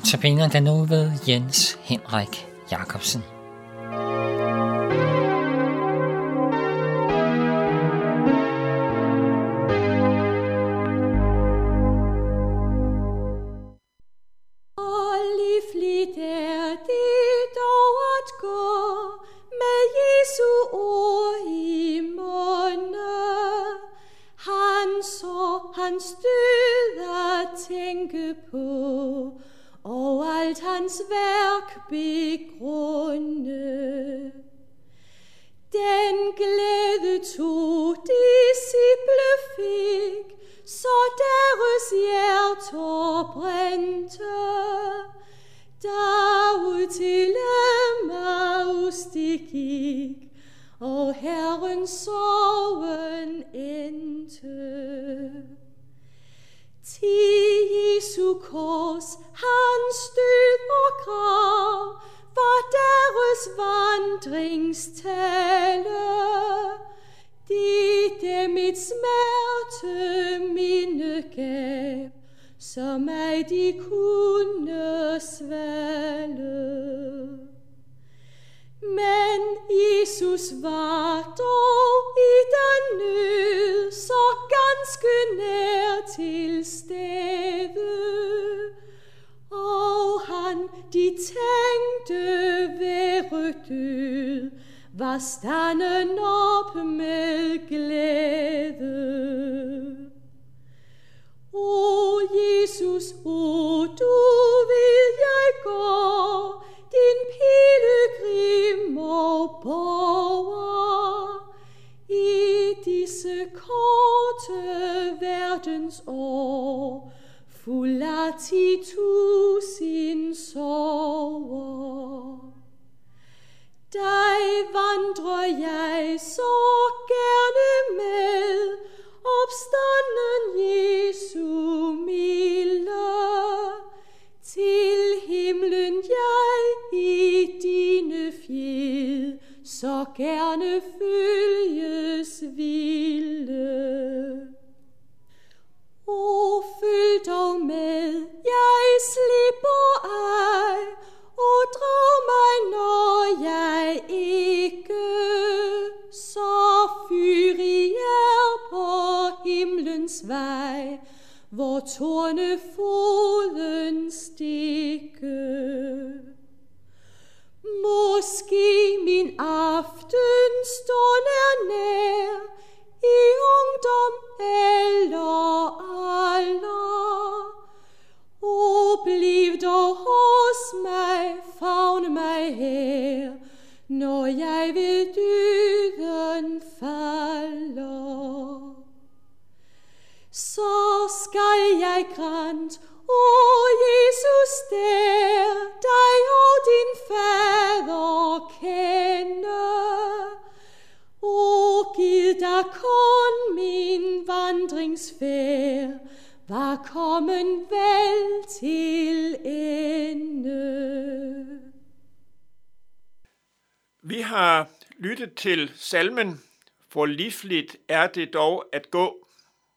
Notabene den nu ved Jens Henrik Jacobsen. Livligt er det dog at gå med Jesu ord i munde. Hans død at tænke på, og alt hans værk begrunde. Den glæde to disciple fik, så deres hjerter brændte. Derud til Emmaus de gik, og Herren sorgen endte. Til Jesu kors, hans død og grav, var deres vandringstale. Det dem et smerte minde gav, som ej de kunne svale. Men Jesus var dog i den nød, så ganske nær til stede. Og han, de tænkte være død, var standen op med glæde. O Jesus, o du vil jeg gå, din pilgrim og borger, i disse korte verdens år, fuld af 10.000 sorger. Dig vandrer jeg så gerne med, opstanden Jesu milde. Til himlen jeg i dine fjed, så gerne følges ville. O, følg dog med, jeg slipper ej, og drag mig, når jeg ikke, så fyrig er på himlens vej, hvor tornefoden stikke. Måske min aftenstund er nær, i ungdom eller alder. O, bliv dog hos mig, favn mig her, når jeg ved døden falder. Så skal jeg grant, o Jesus, der dig og din fader kende. O, giv da kun min vandringsfærd, var kommen vel til ende. Vi har lyttet til salmen, for livligt er det dog at gå.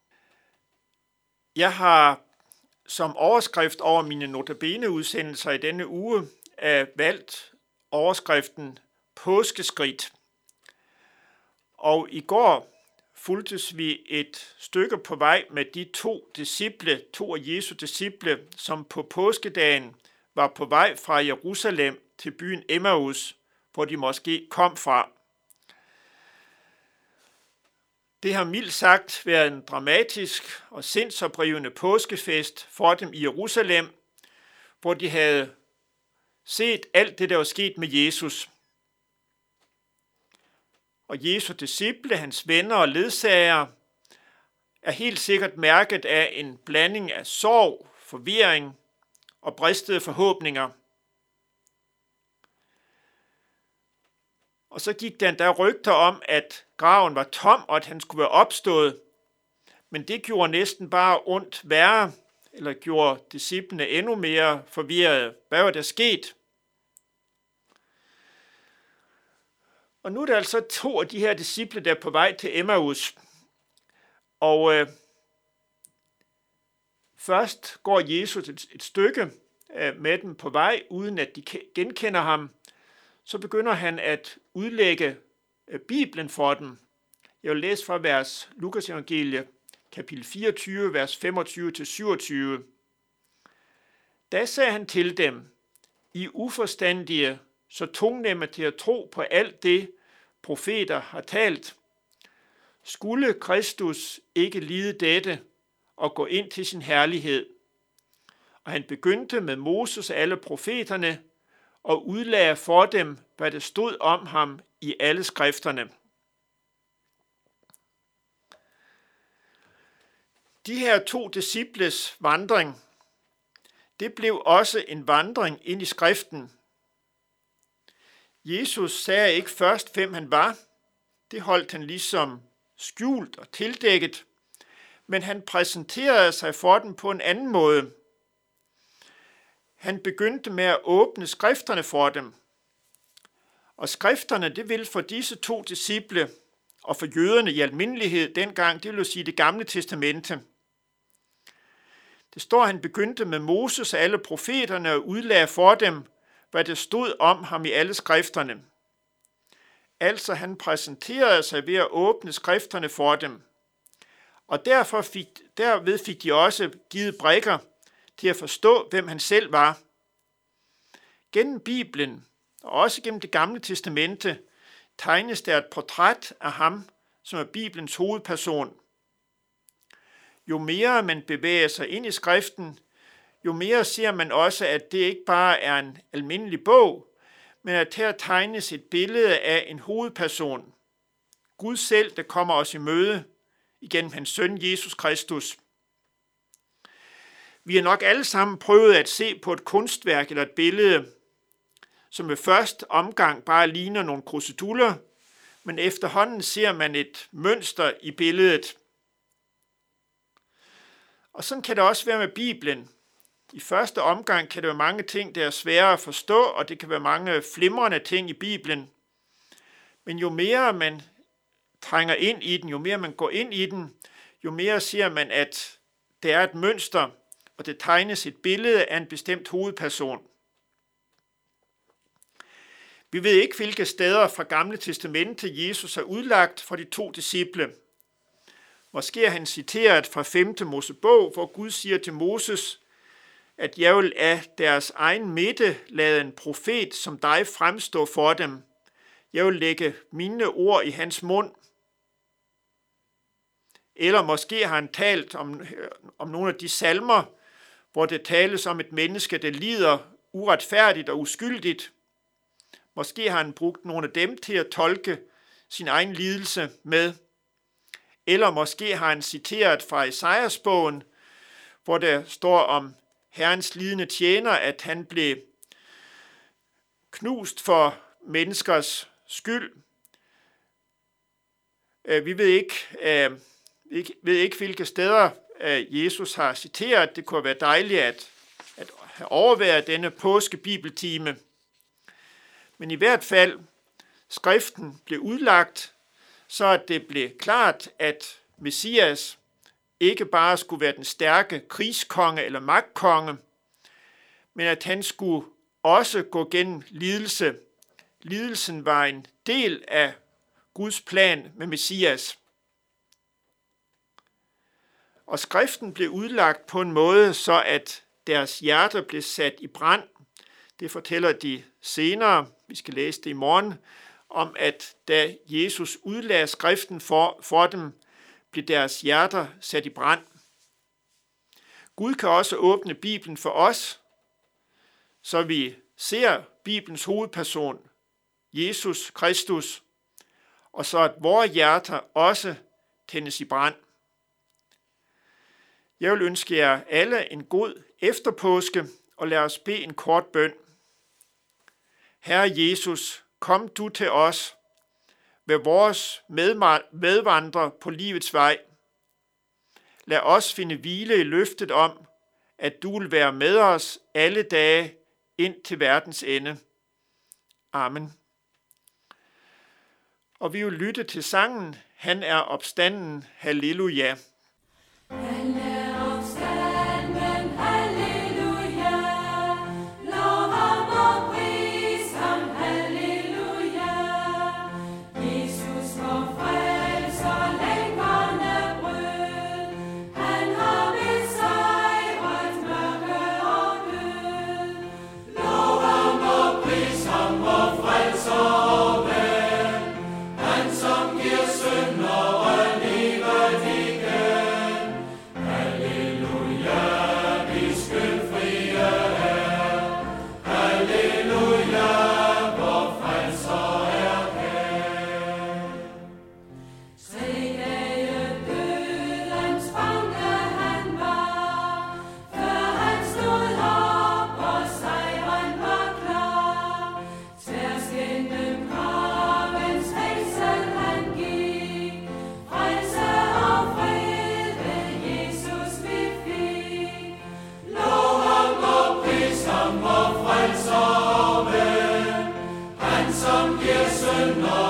Jeg har som overskrift over mine notabene-udsendelser i denne uge valgt overskriften Påskeskridt. Og i går fulgtes vi et stykke på vej med de to af Jesu disciple, som på påskedagen var på vej fra Jerusalem til byen Emmaus, hvor de måske kom fra. Det har mildt sagt været en dramatisk og sindsoprivende påskefest for dem i Jerusalem, hvor de havde set alt det, der var sket med Jesus. Og Jesu disciple, hans venner og ledsagere, er helt sikkert mærket af en blanding af sorg, forvirring og bristede forhåbninger. Og så gik der endda rygter om, at graven var tom, og at han skulle være opstået. Men det gjorde næsten bare ondt værre, eller gjorde disciplene endnu mere forvirrede. Hvad var der sket? Og nu er der altså 2 af de her disciple, der er på vej til Emmaus. Og først går Jesus et stykke, med dem på vej, uden at de genkender ham, så begynder han at udlægge Bibelen for dem. Jeg vil læse fra Lukas evangelie, kapitel 24, vers 25-27. Da sagde han til dem, I uforstandige, så tungnemme til at tro på alt det, profeter har talt. Skulle Kristus ikke lide dette og gå ind til sin herlighed? Og han begyndte med Moses og alle profeterne og udlagde for dem, hvad der stod om ham i alle skrifterne. De her 2 disciples vandring, det blev også en vandring ind i skriften. Jesus sagde ikke først, hvem han var. Det holdt han ligesom skjult og tildækket, men han præsenterede sig for dem på en anden måde. Han begyndte med at åbne skrifterne for dem. Og skrifterne, det vil for disse 2 disciple, og for jøderne i almindelighed dengang, det vil sige det gamle testamente. Det står, at han begyndte med Moses og alle profeterne og udlagde for dem, hvad der stod om ham i alle skrifterne. Altså han præsenterede sig ved at åbne skrifterne for dem. Og derved fik de også givet brikker til at forstå, hvem han selv var. Gennem Bibelen, og også gennem det gamle testamente, tegnes der et portræt af ham, som er Bibelens hovedperson. Jo mere man bevæger sig ind i skriften, jo mere ser man også, at det ikke bare er en almindelig bog, men at her tegnes et billede af en hovedperson. Gud selv, der kommer os i møde igennem hans søn Jesus Kristus. Vi har nok alle sammen prøvet at se på et kunstværk eller et billede, som ved første omgang bare ligner nogle kruseduller, men efterhånden ser man et mønster i billedet. Og sådan kan det også være med Bibelen. I første omgang kan det være mange ting, der er svære at forstå, og det kan være mange flimrende ting i Bibelen. Men jo mere man trænger ind i den, jo mere man går ind i den, jo mere ser man, at der er et mønster, og det tegnes et billede af en bestemt hovedperson. Vi ved ikke, hvilke steder fra Gamle Testamente Jesus har udlagt for de 2 disciple. Måske er han citeret fra 5. Mosebog, hvor Gud siger til Moses, at jeg vil af deres egen midte lade en profet som dig fremstå for dem. Jeg vil lægge mine ord i hans mund. Eller måske har han talt om nogle af de salmer, hvor det tales om et menneske, der lider uretfærdigt og uskyldigt. Måske har han brugt nogle af dem til at tolke sin egen lidelse med. Eller måske har han citeret fra Esajas-bogen, hvor der står om Herrens lidende tjener, at han blev knust for menneskers skyld. Vi ved ikke, hvilke steder Jesus har citeret. Det kunne være dejligt at have overværet denne påskebibeltime. Men i hvert fald, skriften blev udlagt, så at det blev klart, at Messias ikke bare skulle være den stærke krigskonge eller magtkonge, men at han skulle også gå gennem lidelse. Lidelsen var en del af Guds plan med Messias. Og skriften blev udlagt på en måde, så at deres hjerter blev sat i brand. Det fortæller de senere, vi skal læse det i morgen, om at da Jesus udlagde skriften for dem, blev deres hjerter sat i brand. Gud kan også åbne Bibelen for os, så vi ser Bibelens hovedperson, Jesus Kristus, og så at vores hjerter også tændes i brand. Jeg vil ønske jer alle en god efterpåske, og lad os bede en kort bøn. Herre Jesus, kom du til os, vær vores medvandrer på livets vej. Lad os finde hvile i løftet om, at du vil være med os alle dage ind til verdens ende. Amen. Og vi vil lytte til sangen, Han er opstanden, halleluja. Han er opstanden, halleluja. Søn og